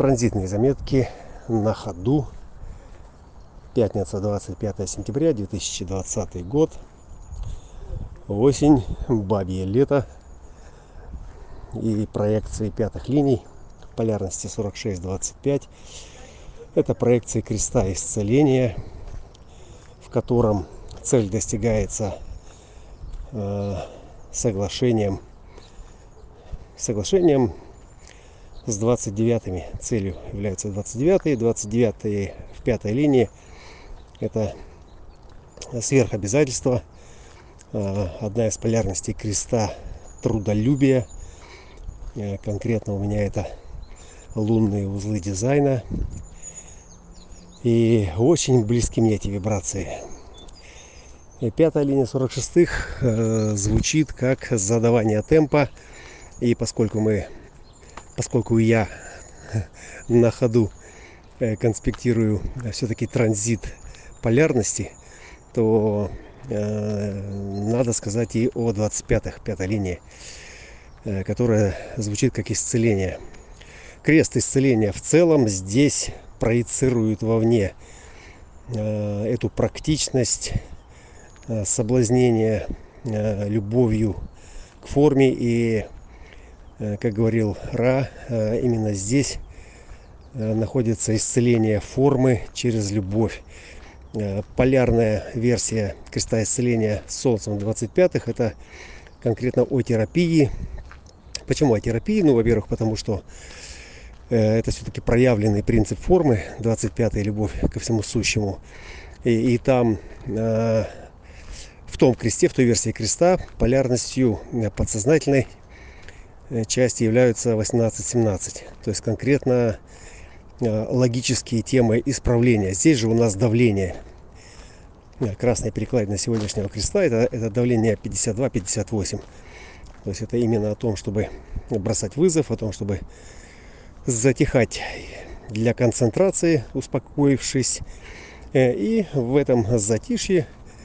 Транзитные заметки на ходу. Пятница, 25 сентября 2020 год. Осень, бабье лето и проекции пятых линий полярности 46-25. Это проекции креста исцеления, в котором цель достигается соглашением с 29-ми. Целью являются 29-е. 29-е в пятой линии — это сверхобязательство. Одна из полярностей креста — трудолюбие. Конкретно у меня это лунные узлы дизайна. И очень близки мне эти вибрации. И пятая линия 46-х звучит как задавание темпа. И поскольку я на ходу конспектирую все-таки транзит полярности, то надо сказать и о 25-х, пятой линии, которая звучит как исцеление. Крест исцеления в целом здесь проецирует вовне эту практичность, соблазнение любовью к форме. И, как говорил Ра, именно здесь находится исцеление формы через любовь. Полярная версия креста исцеления с Солнцем 25-х — это конкретно о терапии. Почему о терапии? Ну, во-первых, потому что это все-таки проявленный принцип формы. 25-я — любовь ко всему сущему. И там, в том кресте, в той версии креста, полярностью подсознательной части являются 18-17. То есть конкретно логические темы исправления. Здесь же у нас давление. Красная перекладина сегодняшнего креста — это давление 52-58. То есть это именно о том, чтобы бросать вызов, о том, чтобы затихать для концентрации, успокоившись. И в этом затишье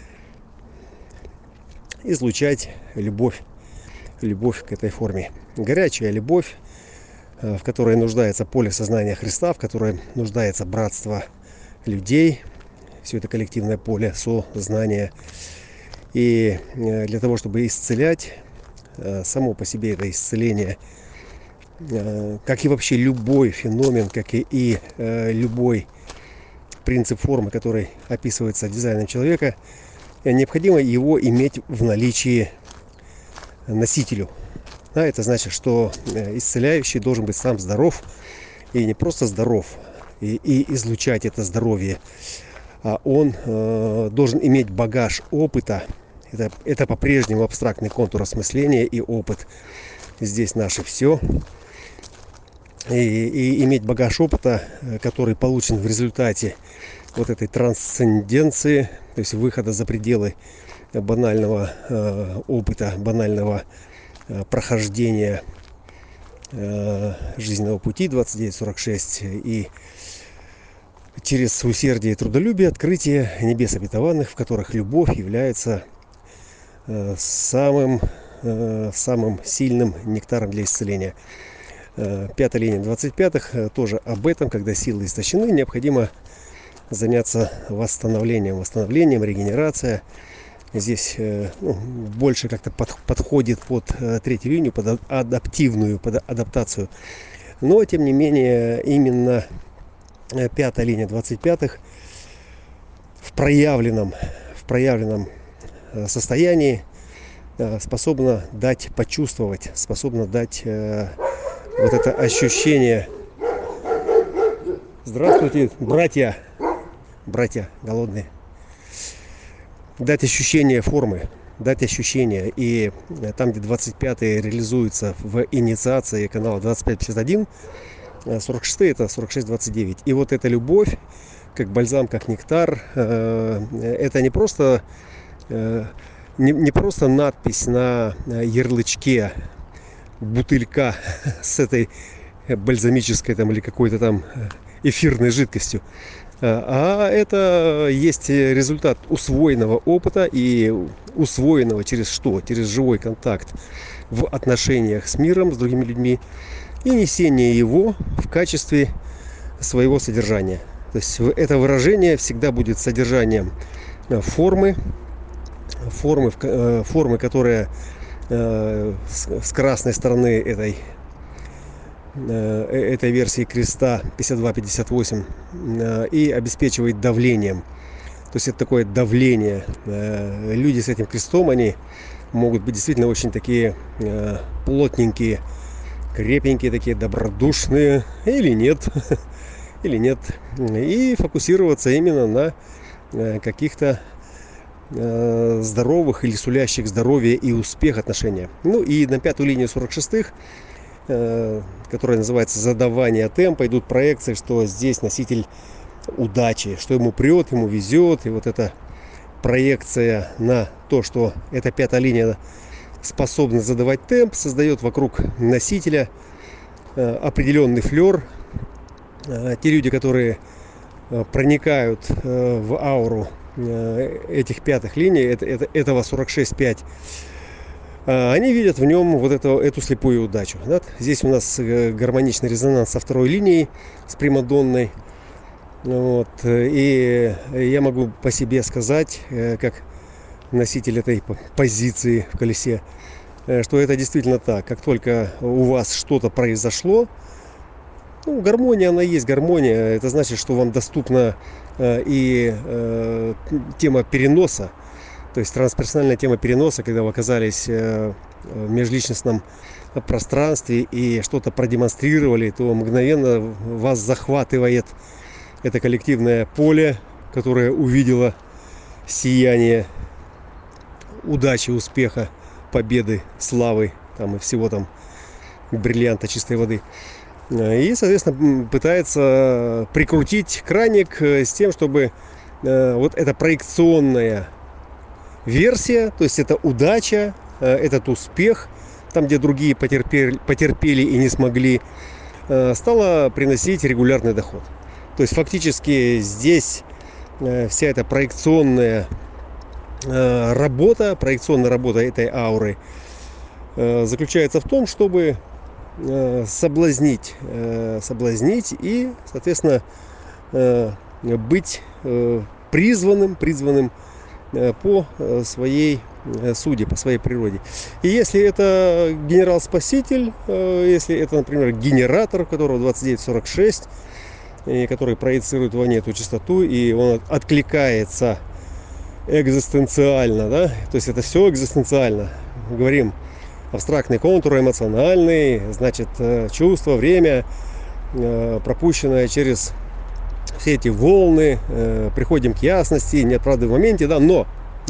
излучать любовь к этой форме. Горячая любовь, в которой нуждается поле сознания Христа, в которой нуждается братство людей. Все это коллективное поле сознания. И для того, чтобы исцелять, само по себе это исцеление, как и вообще любой феномен, как и любой принцип формы, который описывается дизайном человека, необходимо его иметь в наличии носителю. Это значит, что исцеляющий должен быть сам здоров, и не просто здоров и излучать это здоровье, а он должен иметь багаж опыта. Это по-прежнему абстрактный контур осмысления и опыт. Здесь наше все. И иметь багаж опыта, который получен в результате вот этой трансценденции, то есть выхода за пределы банального опыта, банального прохождения жизненного пути 29-46, и через усердие и трудолюбие открытие небес обетованных, в которых любовь является самым сильным нектаром для исцеления. Пятая линия 25-х тоже об этом. Когда силы истощены, необходимо заняться восстановлением, регенерация. Здесь больше как-то подходит под третью линию, под адаптацию. Но, тем не менее, именно пятая линия 25-х в проявленном состоянии способна дать почувствовать, способна дать вот это ощущение. Здравствуйте, братья голодные. Дать ощущение формы, дать ощущение. И там, где 25-е реализуются в инициации канала 2551, 46-е — это 46-29. И вот эта любовь, как бальзам, как нектар, это не просто надпись на ярлычке бутылька с этой бальзамической там или какой-то там эфирной жидкостью, а это есть результат усвоенного опыта и усвоенного через что? Через живой контакт в отношениях с миром, с другими людьми, и несение его в качестве своего содержания. То есть это выражение всегда будет содержанием формы, которая с красной стороны этой версии креста 52-58 и обеспечивает давлением. То есть это такое давление. Люди с этим крестом, они могут быть действительно очень такие плотненькие, крепенькие, такие добродушные, или нет, и фокусироваться именно на каких-то здоровых или сулящих здоровье и успех отношения. Ну и на пятую линию 46-х, которая называется задавание темпа, идут проекции, что здесь носитель удачи, что ему прет, ему везет, и вот эта проекция на то, что эта пятая линия способна задавать темп, создает вокруг носителя определенный флер. Те люди, которые проникают в ауру этих пятых линий, этого 46-5, они видят в нем вот эту слепую удачу. Да? Здесь у нас гармоничный резонанс со второй линией, с примадонной. Вот. И я могу по себе сказать, как носитель этой позиции в колесе, что это действительно так. Как только у вас что-то произошло, ну, гармония, она есть гармония. Это значит, что вам доступна и тема переноса, то есть трансперсональная тема переноса, когда вы оказались в межличностном пространстве и что-то продемонстрировали, то мгновенно вас захватывает это коллективное поле, которое увидело сияние удачи, успеха, победы, славы там, и всего там бриллианта чистой воды. И, соответственно, пытается прикрутить краник с тем, чтобы вот эта проекционная версия, то есть это удача, этот успех, там, где другие потерпели и не смогли, стала приносить регулярный доход. То есть фактически здесь вся эта проекционная работа этой ауры заключается в том, чтобы соблазнить и, соответственно, быть призванным по своей сути, по своей природе. И если это генерал-спаситель, если это, например, генератор, у которого 2946, и который проецирует вовне эту частоту, и он откликается экзистенциально, да, то есть это все экзистенциально. Говорим, абстрактный контур, эмоциональный, значит, чувство, время, пропущенное через все эти волны, приходим к ясности, нет правды в моменте, да, но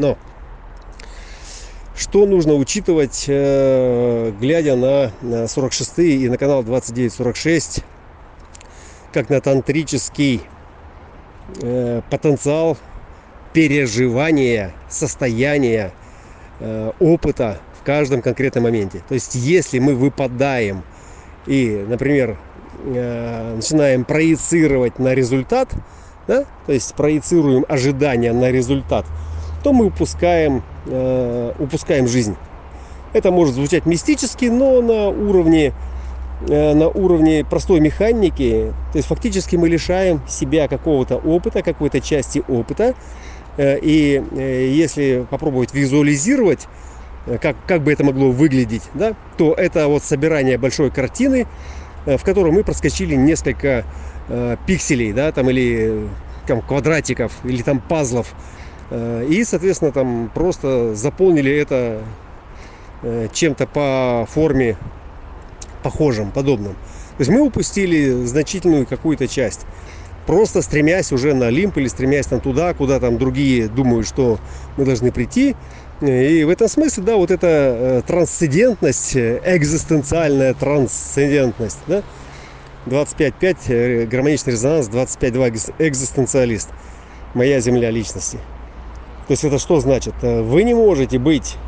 что нужно учитывать, глядя на 46-е и на канал 2946, как на тантрический потенциал переживания, состояния, опыта в каждом конкретном моменте. То есть, если мы выпадаем и, например, начинаем проецировать на результат, да, то есть проецируем ожидания на результат, то мы упускаем жизнь. Это может звучать мистически, но на уровне простой механики, то есть фактически мы лишаем себя какого-то опыта, какой-то части опыта. И если попробовать визуализировать, как бы это могло выглядеть, да, то это вот собирание большой картины, в которой мы проскочили несколько пикселей, да, там, или там, квадратиков, или там пазлов. И, соответственно, там просто заполнили это чем-то по форме похожим, подобным. То есть мы упустили значительную какую-то часть, просто стремясь уже на Олимп или стремясь там туда, куда там другие думают, что мы должны прийти. И в этом смысле, да, вот эта трансцендентность, экзистенциальная трансцендентность, да, 25.5 гармоничный резонанс, 25.2 экзистенциалист, моя земля личности. То есть это что значит? Вы не можете быть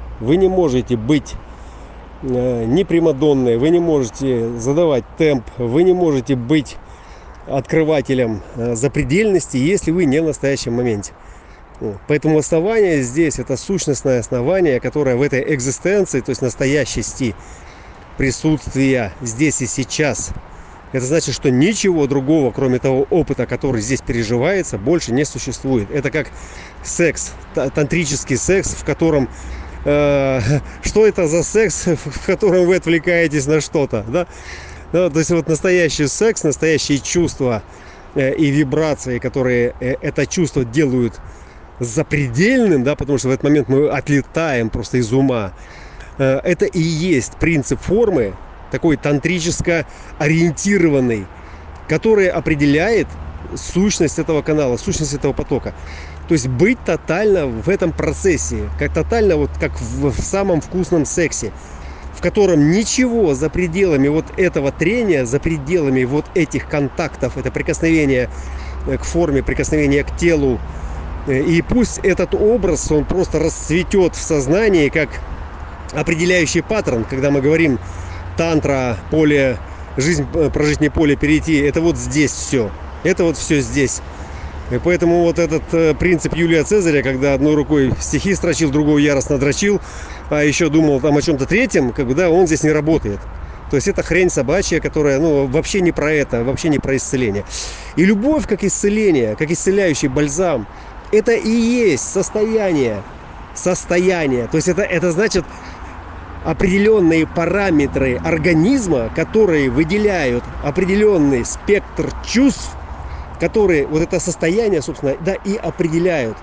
не примадонной, вы не можете задавать темп, вы не можете быть открывателем запредельности, если вы не в настоящем моменте. Поэтому основание здесь — это сущностное основание, которое в этой экзистенции, то есть настоящести, присутствия здесь и сейчас, Это значит, что ничего другого, кроме того опыта, который здесь переживается, больше не существует. Это как секс, тантрический секс, в котором... что это за секс, в котором вы отвлекаетесь на что-то, да? То есть вот настоящий секс, настоящие чувства и вибрации, которые это чувство делают запредельным, да, потому что в этот момент мы отлетаем просто из ума. Это и есть принцип формы, такой тантрически ориентированный, который определяет сущность этого канала, сущность этого потока. То есть быть тотально в этом процессе, как тотально вот как в самом вкусном сексе, в котором ничего за пределами вот этого трения, за пределами вот этих контактов, это прикосновение к форме, прикосновение к телу. И пусть этот образ, он просто расцветет в сознании, как определяющий паттерн, когда мы говорим тантра, поле, жизнь прожить не поле, перейти, это вот здесь все. Это вот все здесь. И поэтому вот этот принцип Юлия Цезаря, когда одной рукой стихи строчил, другой яростно дрочил, а еще думал там о чем-то третьем, как бы, да, он здесь не работает. То есть это хрень собачья, которая, ну, вообще не про это, вообще не про исцеление. И любовь как исцеление, как исцеляющий бальзам, это и есть состояние. То есть это значит определенные параметры организма, которые выделяют определенный спектр чувств, которые вот это состояние, собственно, да, и определяют.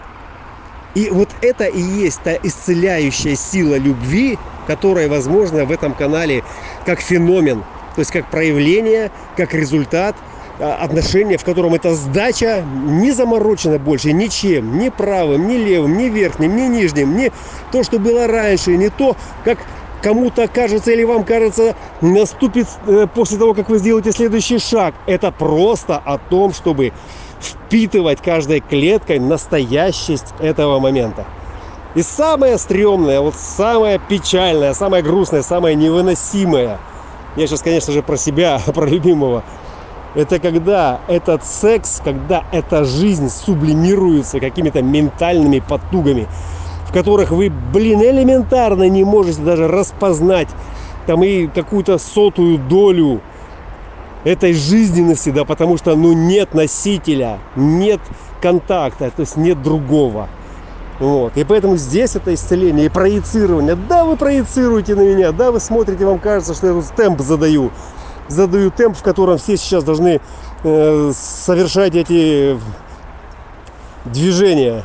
И вот это и есть та исцеляющая сила любви, которая возможна в этом канале как феномен, то есть как проявление, как результат отношения, в котором эта сдача не заморочена больше ничем, ни правым, ни левым, ни верхним, ни нижним, ни то, что было раньше, не то, как кому-то кажется или вам кажется, наступит после того, как вы сделаете следующий шаг. Это просто о том, чтобы впитывать каждой клеткой настоящесть этого момента. И самое стрёмное, вот самое печальное, самое грустное, самое невыносимое, я сейчас, конечно же, про себя, про любимого, это когда этот секс, когда эта жизнь сублимируется какими-то ментальными потугами, в которых вы, элементарно не можете даже распознать там и какую-то сотую долю этой жизненности, да, потому что, ну, нет носителя, нет контакта, то есть нет другого. Вот. И поэтому здесь это исцеление и проецирование. Да, вы проецируете на меня, да, вы смотрите, вам кажется, что я тут темп задаю темп, в котором все сейчас должны совершать эти движения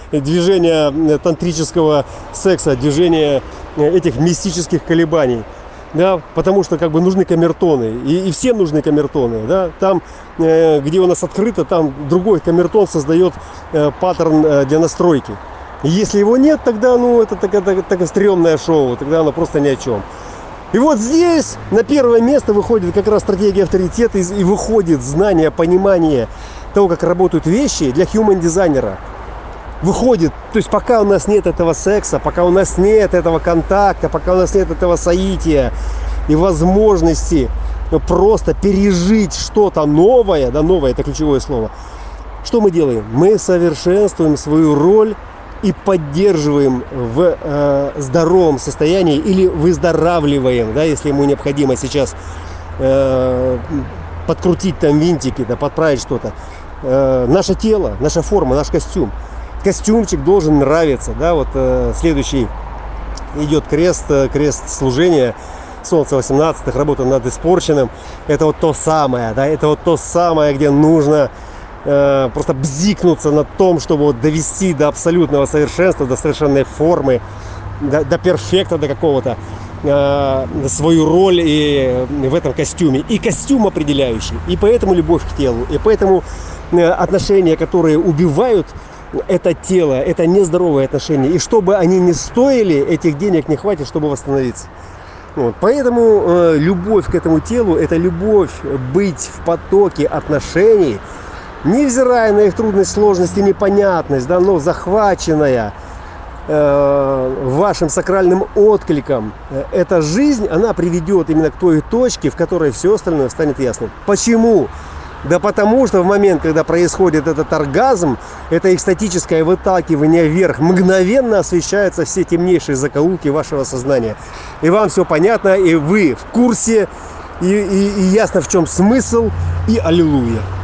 тантрического секса, движения этих мистических колебаний, да, потому что как бы нужны камертоны, и всем нужны камертоны, да, там, где у нас открыто, там другой камертон создает паттерн для настройки. И если его нет, тогда, ну, это такое стрёмное шоу, тогда оно просто ни о чем. И вот здесь на первое место выходит как раз стратегия авторитета и выходит знание, понимание того, как работают вещи для human-дизайнера. Выходит, то есть пока у нас нет этого секса, пока у нас нет этого контакта, пока у нас нет этого соития и возможности просто пережить что-то новое, да, новое — это ключевое слово, что мы делаем? Мы совершенствуем свою роль и поддерживаем в здоровом состоянии или выздоравливаем, да, если ему необходимо сейчас подкрутить там винтики, да, подправить что-то. Наше тело, наша форма, наш костюм. Костюмчик должен нравиться, да, вот следующий идет крест служения, солнце 18-х, работа над испорченным. Это вот то самое, да, это вот то самое, где нужно просто бзикнуться на том, чтобы вот довести до абсолютного совершенства, до совершенной формы, до перфекта, до какого-то свою роль и в этом костюме. И костюм определяющий, и поэтому любовь к телу, и поэтому отношения, которые убивают это тело, это нездоровые отношения. И чтобы они не стоили, этих денег не хватит, чтобы восстановиться. Вот. Поэтому любовь к этому телу — это любовь быть в потоке отношений, невзирая на их трудность, сложность и непонятность, да, но захваченная вашим сакральным откликом, эта жизнь, она приведет именно к той точке, в которой все остальное станет ясным. Почему? Да потому что в момент, когда происходит этот оргазм, это экстатическое выталкивание вверх, мгновенно освещаются все темнейшие закоулки вашего сознания. И вам все понятно, и вы в курсе и ясно, в чем смысл, и аллилуйя.